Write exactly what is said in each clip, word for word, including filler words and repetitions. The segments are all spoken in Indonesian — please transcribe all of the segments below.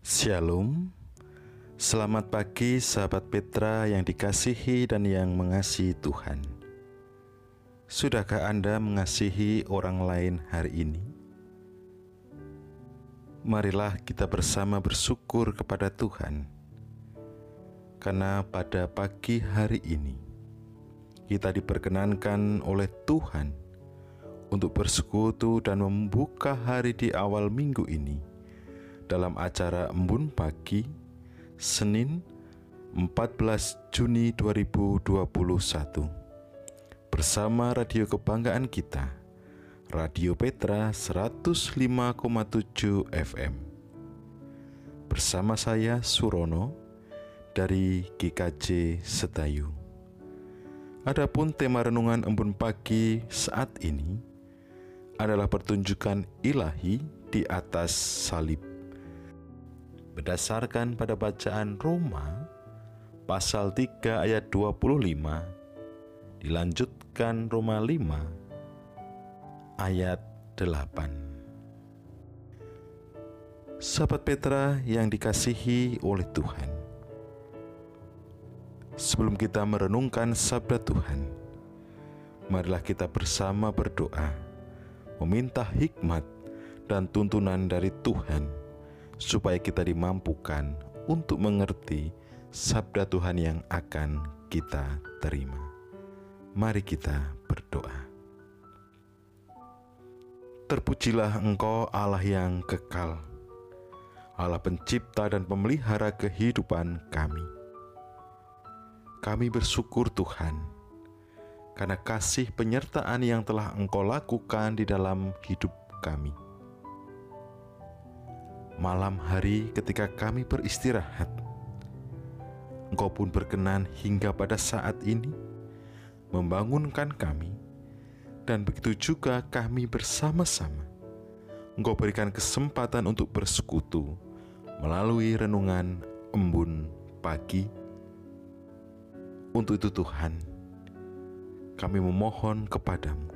Shalom, selamat pagi sahabat Petra yang dikasihi dan yang mengasihi Tuhan. Sudahkah Anda mengasihi orang lain hari ini? Marilah kita bersama bersyukur kepada Tuhan, karena pada pagi hari ini kita diperkenankan oleh Tuhan untuk bersekutu dan membuka hari di awal minggu ini dalam acara Embun Pagi, Senin empat belas Juni dua ribu dua puluh satu, bersama radio kebanggaan kita, Radio Petra seratus lima koma tujuh F M. Bersama saya Surono dari G K J Setayu. Adapun tema renungan Embun Pagi saat ini adalah pertunjukan ilahi di atas salib. Berdasarkan pada bacaan Roma pasal tiga ayat dua puluh lima, dilanjutkan Roma lima ayat delapan. Sahabat Petra yang dikasihi oleh Tuhan, sebelum kita merenungkan sabda Tuhan, marilah kita bersama berdoa, meminta hikmat dan tuntunan dari Tuhan, supaya kita dimampukan untuk mengerti sabda Tuhan yang akan kita terima. Mari kita berdoa. Terpujilah Engkau Allah yang kekal, Allah pencipta dan pemelihara kehidupan kami. Kami bersyukur Tuhan, karena kasih penyertaan yang telah Engkau lakukan di dalam hidup kami. Malam hari ketika kami beristirahat, Engkau pun berkenan hingga pada saat ini membangunkan kami, dan begitu juga kami bersama-sama Engkau berikan kesempatan untuk bersekutu melalui renungan Embun Pagi. Untuk itu Tuhan, kami memohon kepadamu,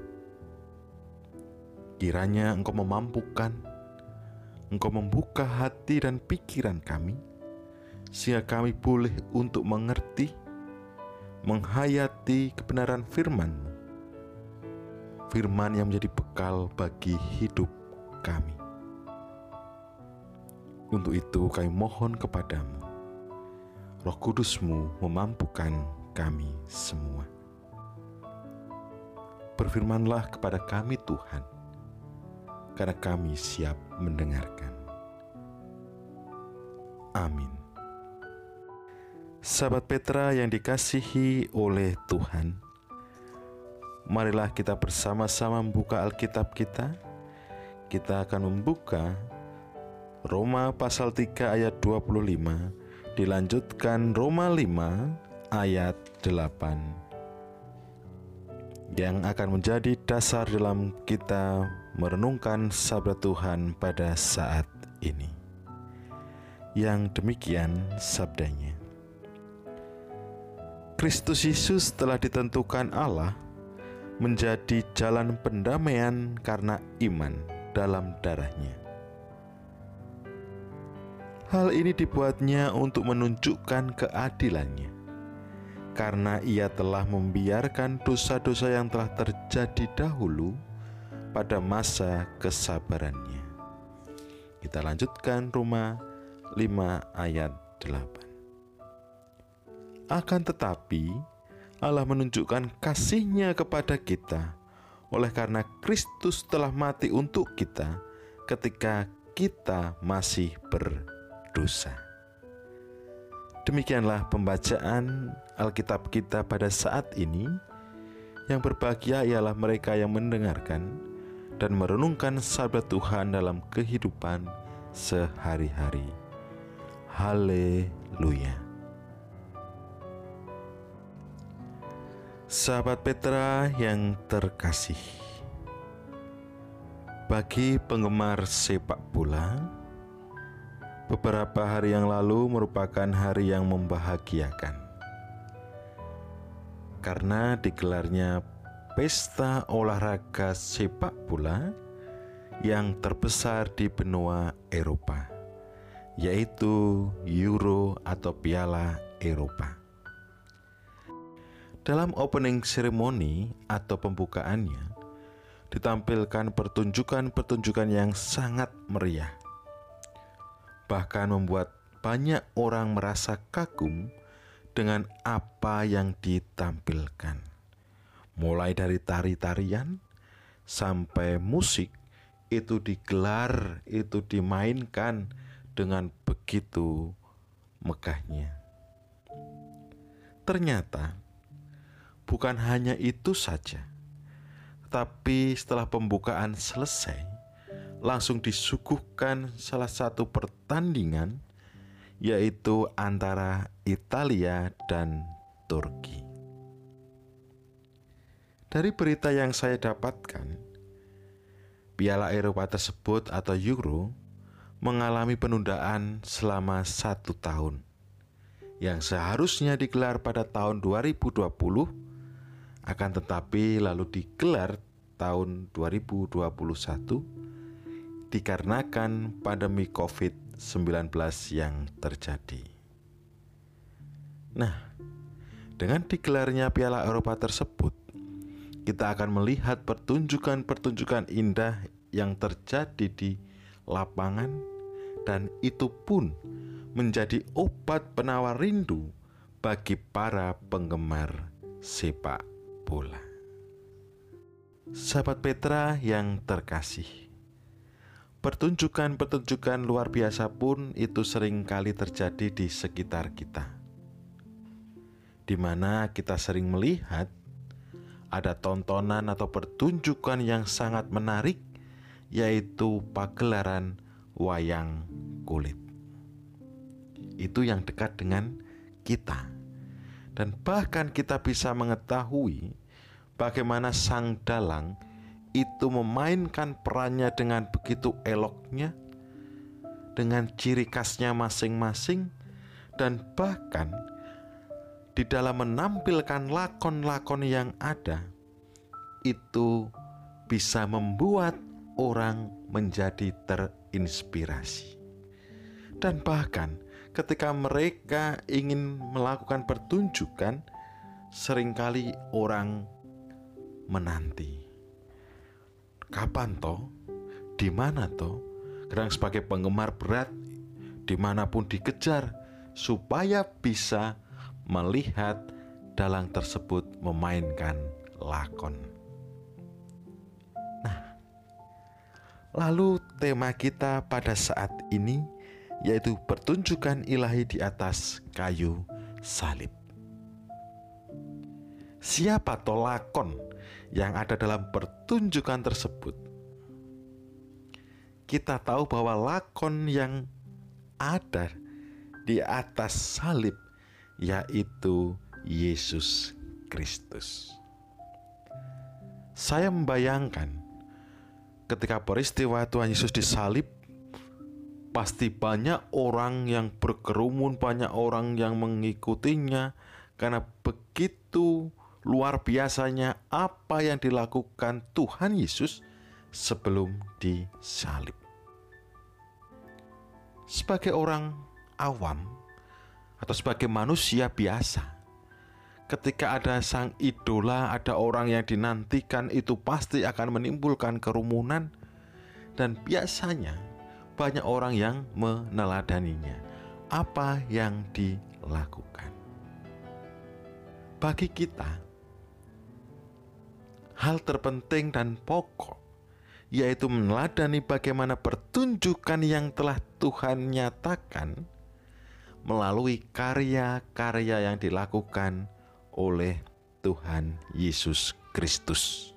kiranya Engkau memampukan, Engkau membuka hati dan pikiran kami, sehingga kami boleh untuk mengerti, menghayati kebenaran firman-Mu, firman yang menjadi bekal bagi hidup kami. Untuk itu kami mohon kepadamu, Roh Kudus-Mu memampukan kami semua. Berfirmanlah kepada kami Tuhan, karena kami siap mendengarkan. Amin. Sahabat Petra yang dikasihi oleh Tuhan, marilah kita bersama-sama membuka Alkitab kita. Kita akan membuka Roma pasal tiga ayat dua puluh lima, dilanjutkan Roma lima ayat delapan, yang akan menjadi dasar dalam kita merenungkan sabda Tuhan pada saat ini. Yang demikian sabdanya. Kristus Yesus telah ditentukan Allah menjadi jalan pendamaian karena iman dalam darah-Nya. Hal ini dibuatnya untuk menunjukkan keadilan-Nya, karena Ia telah membiarkan dosa-dosa yang telah terjadi dahulu pada masa kesabarannya. Kita lanjutkan Roma lima ayat delapan. Akan tetapi Allah menunjukkan kasih-Nya kepada kita oleh karena Kristus telah mati untuk kita ketika kita masih berdosa. Demikianlah pembacaan Alkitab kita pada saat ini. Yang berbahagia ialah mereka yang mendengarkan dan merenungkan sabda Tuhan dalam kehidupan sehari-hari. Haleluya. Sahabat Petra yang terkasih, bagi penggemar sepak bola, beberapa hari yang lalu merupakan hari yang membahagiakan, karena digelarnya pesta olahraga sepak bola yang terbesar di benua Eropa, yaitu Euro atau Piala Eropa. Dalam opening ceremony atau pembukaannya, ditampilkan pertunjukan-pertunjukan yang sangat meriah. Bahkan membuat banyak orang merasa kagum dengan apa yang ditampilkan. Mulai dari tari-tarian sampai musik itu digelar, itu dimainkan dengan begitu megahnya. Ternyata bukan hanya itu saja, tapi setelah pembukaan selesai, langsung disuguhkan salah satu pertandingan, yaitu antara Italia dan Turki. Dari berita yang saya dapatkan, Piala Eropa tersebut atau Euro mengalami penundaan selama satu tahun, yang seharusnya digelar pada tahun dua ribu dua puluh, akan tetapi lalu digelar tahun dua ribu dua puluh satu dikarenakan pandemi covid sembilan belas yang terjadi. Nah, dengan digelarnya Piala Eropa tersebut, kita akan melihat pertunjukan-pertunjukan indah yang terjadi di lapangan, dan itu pun menjadi obat penawar rindu bagi para penggemar sepak bola. Sahabat Petra yang terkasih, pertunjukan-pertunjukan luar biasa pun itu sering kali terjadi di sekitar kita, di mana kita sering melihat ada tontonan atau pertunjukan yang sangat menarik, yaitu pagelaran wayang kulit. Itu yang dekat dengan kita. Dan bahkan kita bisa mengetahui bagaimana sang dalang itu memainkan perannya dengan begitu eloknya, dengan ciri khasnya masing-masing, dan bahkan di dalam menampilkan lakon-lakon yang ada, itu bisa membuat orang menjadi terinspirasi. Dan bahkan ketika mereka ingin melakukan pertunjukan, seringkali orang menanti, kapan toh, di mana toh. Kadang sebagai penggemar berat, dimanapun dikejar, supaya bisa melihat dalang tersebut memainkan lakon. Nah, lalu tema kita pada saat ini yaitu pertunjukan ilahi di atas kayu salib. Siapa toh lakon yang ada dalam pertunjukan tersebut? Kita tahu bahwa lakon yang ada di atas salib yaitu Yesus Kristus. Saya membayangkan ketika peristiwa Tuhan Yesus disalib, pasti banyak orang yang berkerumun, banyak orang yang mengikutinya, karena begitu luar biasanya apa yang dilakukan Tuhan Yesus sebelum disalib. Sebagai orang awam atau sebagai manusia biasa, ketika ada sang idola, ada orang yang dinantikan, itu pasti akan menimbulkan kerumunan, dan biasanya banyak orang yang meneladaninya. Apa yang dilakukan? Bagi kita, hal terpenting dan pokok yaitu meneladani bagaimana pertunjukan yang telah Tuhan nyatakan melalui karya-karya yang dilakukan oleh Tuhan Yesus Kristus.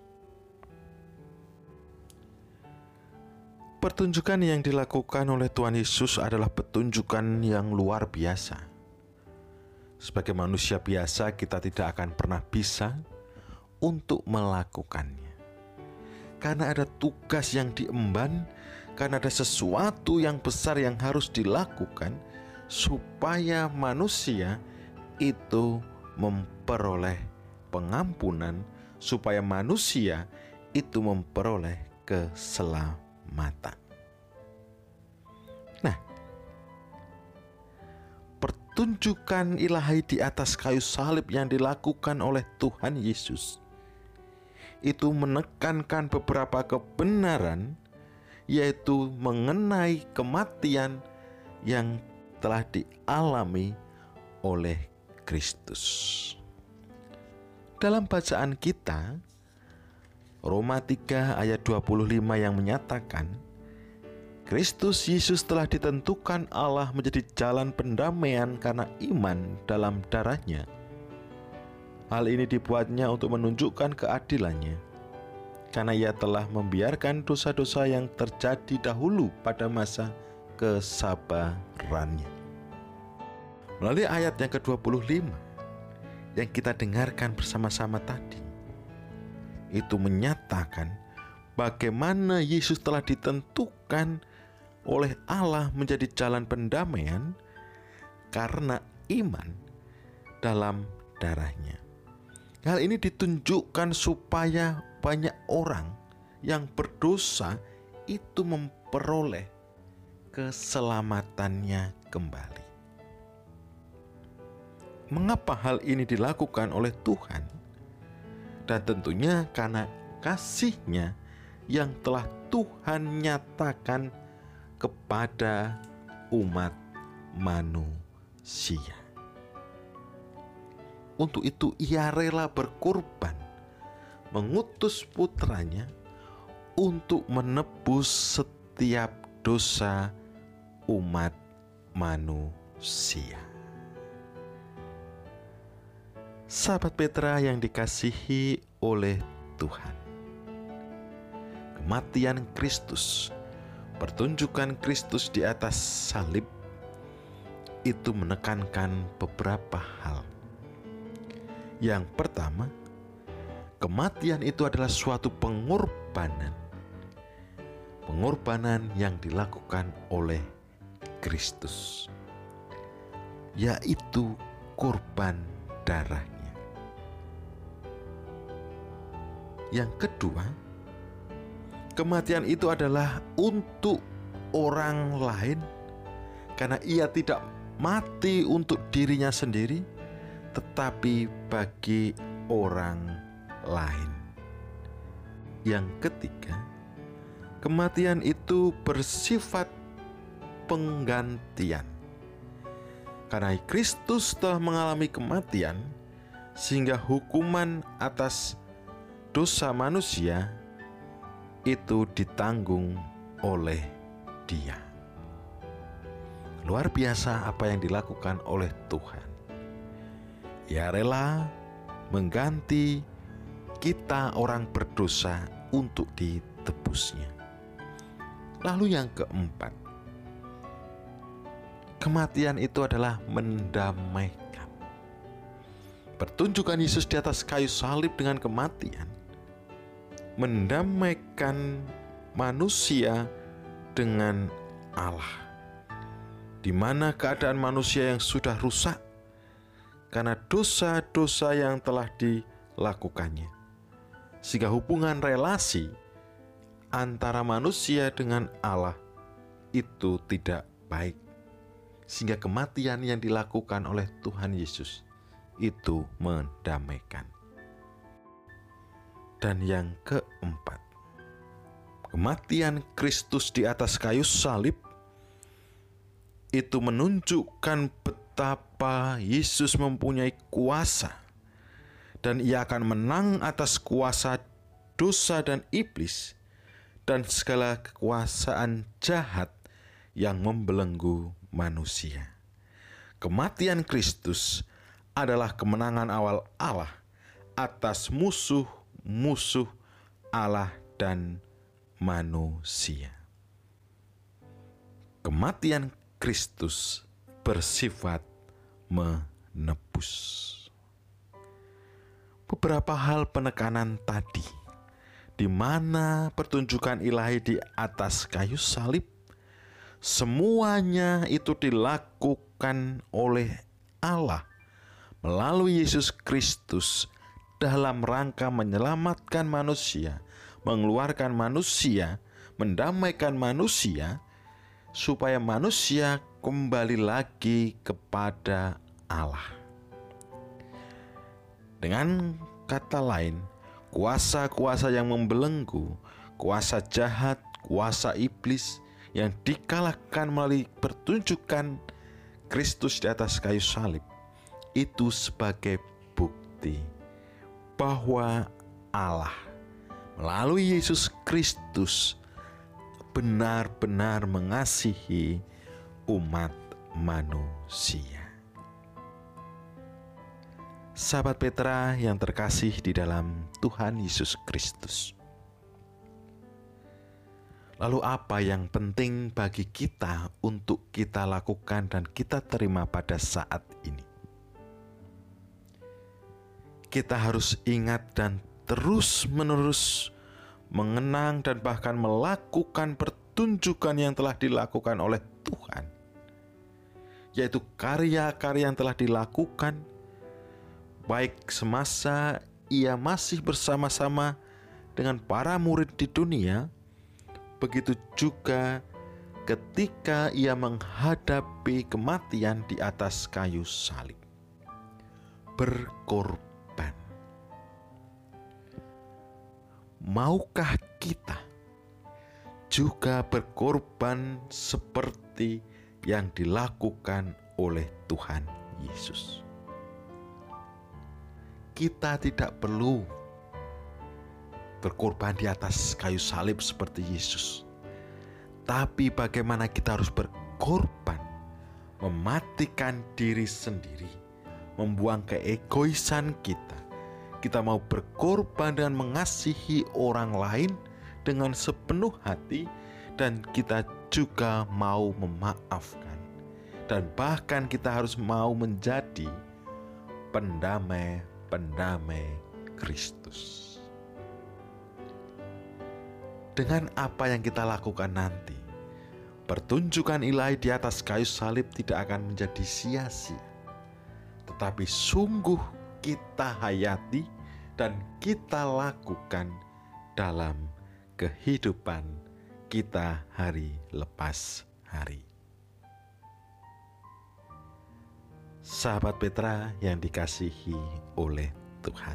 Pertunjukan yang dilakukan oleh Tuhan Yesus adalah pertunjukan yang luar biasa. Sebagai manusia biasa, kita tidak akan pernah bisa untuk melakukannya. Karena ada tugas yang diemban, karena ada sesuatu yang besar yang harus dilakukan supaya manusia itu memperoleh pengampunan, supaya manusia itu memperoleh keselamatan. Nah, pertunjukan ilahi di atas kayu salib yang dilakukan oleh Tuhan Yesus itu menekankan beberapa kebenaran, yaitu mengenai kematian yang telah dialami oleh Kristus. Dalam bacaan kita, Roma tiga ayat dua puluh lima yang menyatakan, Kristus Yesus telah ditentukan Allah menjadi jalan pendamaian karena iman dalam darah-Nya. Hal ini dibuatnya untuk menunjukkan keadilannya, karena Ia telah membiarkan dosa-dosa yang terjadi dahulu pada masa kesabarannya. Melalui ayat yang ke dua puluh lima yang kita dengarkan bersama-sama tadi, itu menyatakan bagaimana Yesus telah ditentukan oleh Allah menjadi jalan pendamaian karena iman dalam darah-Nya. Hal ini ditunjukkan supaya banyak orang yang berdosa itu memperoleh keselamatannya kembali. Mengapa hal ini dilakukan oleh Tuhan? Dan tentunya karena kasih-Nya yang telah Tuhan nyatakan kepada umat manusia. Untuk itu Ia rela berkorban, mengutus putranya untuk menebus setiap dosa umat manusia. Sahabat Petra yang dikasihi oleh Tuhan, kematian Kristus, pertunjukan Kristus di atas salib itu menekankan beberapa hal. Yang pertama, kematian itu adalah suatu pengorbanan. Pengorbanan yang dilakukan oleh Kristus, yaitu korban darahnya. Yang kedua, kematian itu adalah untuk orang lain, karena Ia tidak mati untuk dirinya sendiri, tetapi bagi orang lain. Yang ketiga, kematian itu bersifat penggantian. Karena Kristus telah mengalami kematian, sehingga hukuman atas dosa manusia itu ditanggung oleh Dia. Luar biasa apa yang dilakukan oleh Tuhan. Ia rela mengganti kita orang berdosa untuk ditebusnya. Lalu yang keempat, kematian itu adalah mendamaikan. Pertunjukan Yesus di atas kayu salib dengan kematian mendamaikan manusia dengan Allah, di mana keadaan manusia yang sudah rusak karena dosa-dosa yang telah dilakukannya, sehingga hubungan relasi antara manusia dengan Allah itu tidak baik, sehingga kematian yang dilakukan oleh Tuhan Yesus itu mendamaikan. Dan yang keempat, kematian Kristus di atas kayu salib itu menunjukkan betapa Yesus mempunyai kuasa, dan Ia akan menang atas kuasa dosa dan iblis dan segala kekuasaan jahat yang membelenggu manusia. Kematian Kristus adalah kemenangan awal Allah atas musuh-musuh Allah dan manusia. Kematian Kristus bersifat menebus. Beberapa hal penekanan tadi, di mana pertunjukan ilahi di atas kayu salib, semuanya itu dilakukan oleh Allah melalui Yesus Kristus dalam rangka menyelamatkan manusia, mengeluarkan manusia, mendamaikan manusia supaya manusia kembali lagi kepada Allah. Dengan kata lain, kuasa-kuasa yang membelenggu, kuasa jahat, kuasa iblis yang dikalahkan melalui pertunjukan Kristus di atas kayu salib, itu sebagai bukti bahwa Allah melalui Yesus Kristus benar-benar mengasihi umat manusia. Sahabat Petra yang terkasih di dalam Tuhan Yesus Kristus, lalu apa yang penting bagi kita untuk kita lakukan dan kita terima pada saat ini? Kita harus ingat dan terus-menerus mengenang dan bahkan melakukan pertunjukan yang telah dilakukan oleh Tuhan, yaitu karya-karya yang telah dilakukan baik semasa Ia masih bersama-sama dengan para murid di dunia, begitu juga ketika Ia menghadapi kematian di atas kayu salib. Berkorban. Maukah kita juga berkorban seperti yang dilakukan oleh Tuhan Yesus? Kita tidak perlu berkorban di atas kayu salib seperti Yesus, tapi bagaimana kita harus berkorban, mematikan diri sendiri, membuang keegoisan kita. Kita mau berkorban dengan mengasihi orang lain dengan sepenuh hati, dan kita juga mau memaafkan, dan bahkan kita harus mau menjadi pendamai-pendamai Kristus. Dengan apa yang kita lakukan nanti, pertunjukan ilahi di atas kayu salib tidak akan menjadi sia-sia, tetapi sungguh kita hayati dan kita lakukan dalam kehidupan kita hari lepas hari. Sahabat Petra yang dikasihi oleh Tuhan,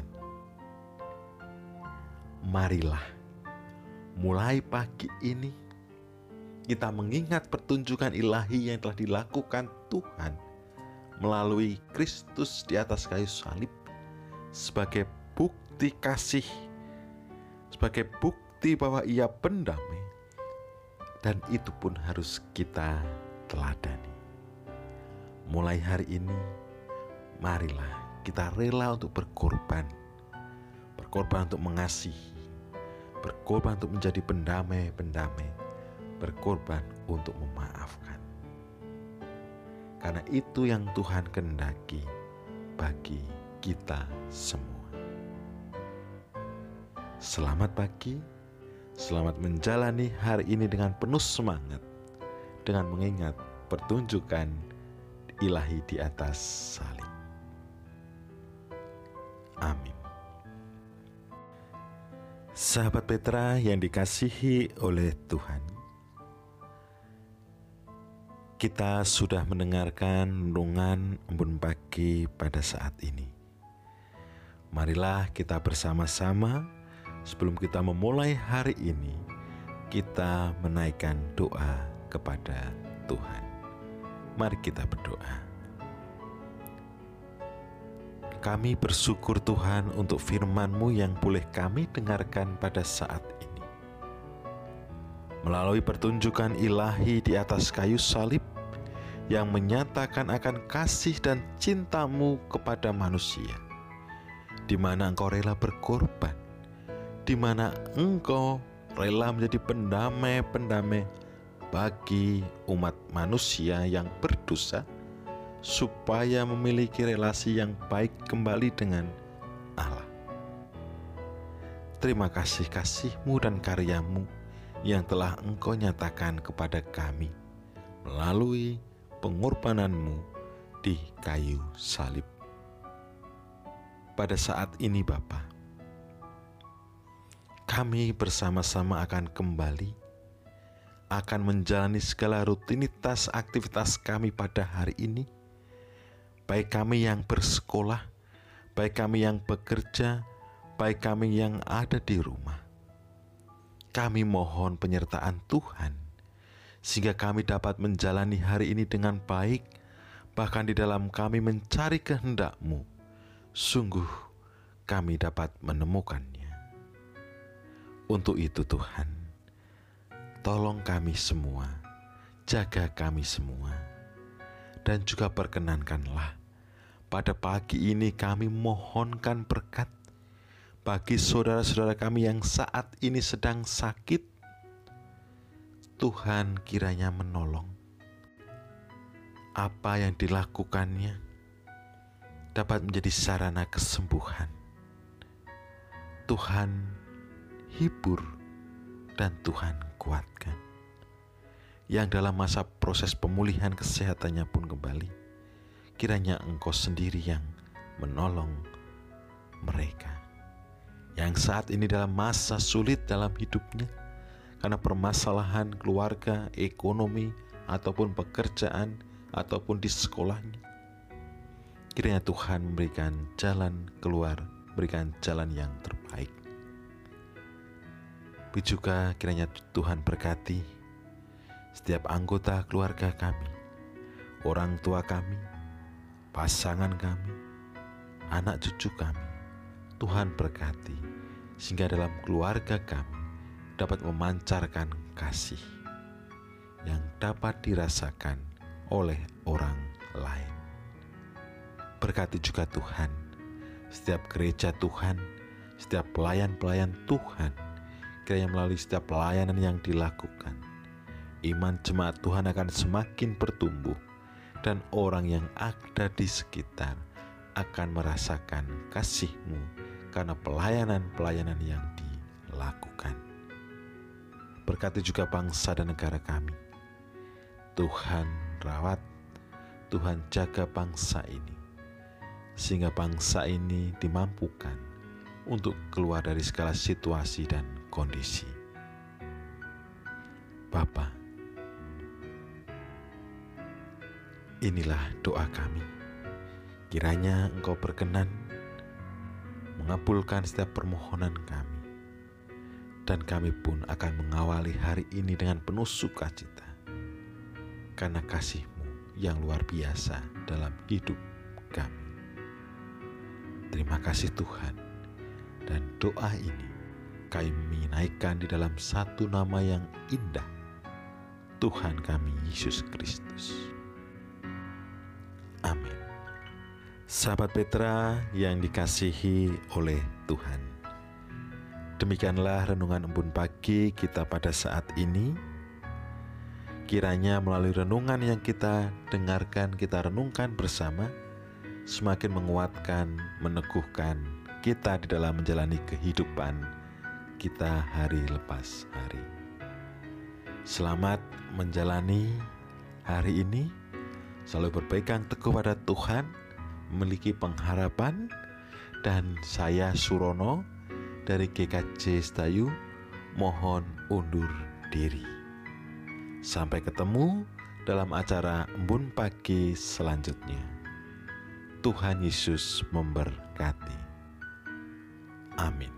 marilah mulai pagi ini kita mengingat pertunjukan ilahi yang telah dilakukan Tuhan melalui Kristus di atas kayu salib sebagai bukti kasih, sebagai bukti bahwa Ia pendamai, dan itu pun harus kita teladani. Mulai hari ini, marilah kita rela untuk berkorban, berkorban untuk mengasihi, berkorban untuk menjadi pendamai-pendamai, berkorban untuk memaafkan. Karena itu yang Tuhan kehendaki bagi kita semua. Selamat pagi, selamat menjalani hari ini dengan penuh semangat, dengan mengingat pertunjukan ilahi di atas salib. Amin. Sahabat Petra yang dikasihi oleh Tuhan, kita sudah mendengarkan renungan embun pagi pada saat ini. Marilah kita bersama-sama sebelum kita memulai hari ini, kita menaikkan doa kepada Tuhan. Mari kita berdoa. Kami bersyukur Tuhan untuk firman-Mu yang boleh kami dengarkan pada saat ini. Melalui pertunjukan ilahi di atas kayu salib yang menyatakan akan kasih dan cinta-Mu kepada manusia, di mana Engkau rela berkorban, di mana Engkau rela menjadi pendamai-pendamai bagi umat manusia yang berdosa, supaya memiliki relasi yang baik kembali dengan Allah. Terima kasih kasih-Mu dan karya-Mu yang telah Engkau nyatakan kepada kami melalui pengorbanan-Mu di kayu salib. Pada saat ini Bapa, kami bersama-sama akan kembali akan menjalani segala rutinitas aktivitas kami pada hari ini, baik kami yang bersekolah, baik kami yang bekerja, baik kami yang ada di rumah. Kami mohon penyertaan Tuhan, sehingga kami dapat menjalani hari ini dengan baik, bahkan di dalam kami mencari kehendak-Mu, sungguh kami dapat menemukannya. Untuk itu Tuhan, tolong kami semua, jaga kami semua, dan juga perkenankanlah pada pagi ini kami mohonkan berkat bagi saudara-saudara kami yang saat ini sedang sakit. Tuhan kiranya menolong. Apa yang dilakukannya dapat menjadi sarana kesembuhan. Tuhan hibur dan Tuhan kuatkan. Yang dalam masa proses pemulihan kesehatannya pun kembali, kiranya Engkau sendiri yang menolong mereka. Yang saat ini dalam masa sulit dalam hidupnya, karena permasalahan keluarga, ekonomi, ataupun pekerjaan, ataupun di sekolahnya. Kiranya Tuhan memberikan jalan keluar, berikan jalan yang terbaik. Tapi juga kiranya Tuhan berkati setiap anggota keluarga kami, orang tua kami, pasangan kami, anak cucu kami. Tuhan berkati sehingga dalam keluarga kami dapat memancarkan kasih yang dapat dirasakan oleh orang lain. Berkati juga Tuhan setiap gereja Tuhan, setiap pelayan-pelayan Tuhan, kiranya melalui setiap pelayanan yang dilakukan, iman jemaat Tuhan akan semakin bertumbuh, dan orang yang ada di sekitar akan merasakan kasih-Mu karena pelayanan-pelayanan yang dilakukan. Berkati juga bangsa dan negara kami. Tuhan rawat, Tuhan jaga bangsa ini, sehingga bangsa ini dimampukan untuk keluar dari segala situasi dan kondisi. Bapa, inilah doa kami. Kiranya Engkau berkenan mengabulkan setiap permohonan kami, dan kami pun akan mengawali hari ini dengan penuh sukacita karena kasih-Mu yang luar biasa dalam hidup kami. Terima kasih Tuhan, dan doa ini kami naikkan di dalam satu nama yang indah, Tuhan kami Yesus Kristus. Amin. Sahabat Petra yang dikasihi oleh Tuhan, demikianlah renungan embun pagi kita pada saat ini. Kiranya melalui renungan yang kita dengarkan, kita renungkan bersama, semakin menguatkan, meneguhkan kita di dalam menjalani kehidupan kita hari lepas hari. Selamat menjalani hari ini, selalu berpegang teguh pada Tuhan, memiliki pengharapan. Dan saya Surono dari G K J Setayu mohon undur diri. Sampai ketemu dalam acara Embun Pagi selanjutnya. Tuhan Yesus memberkati. Amin.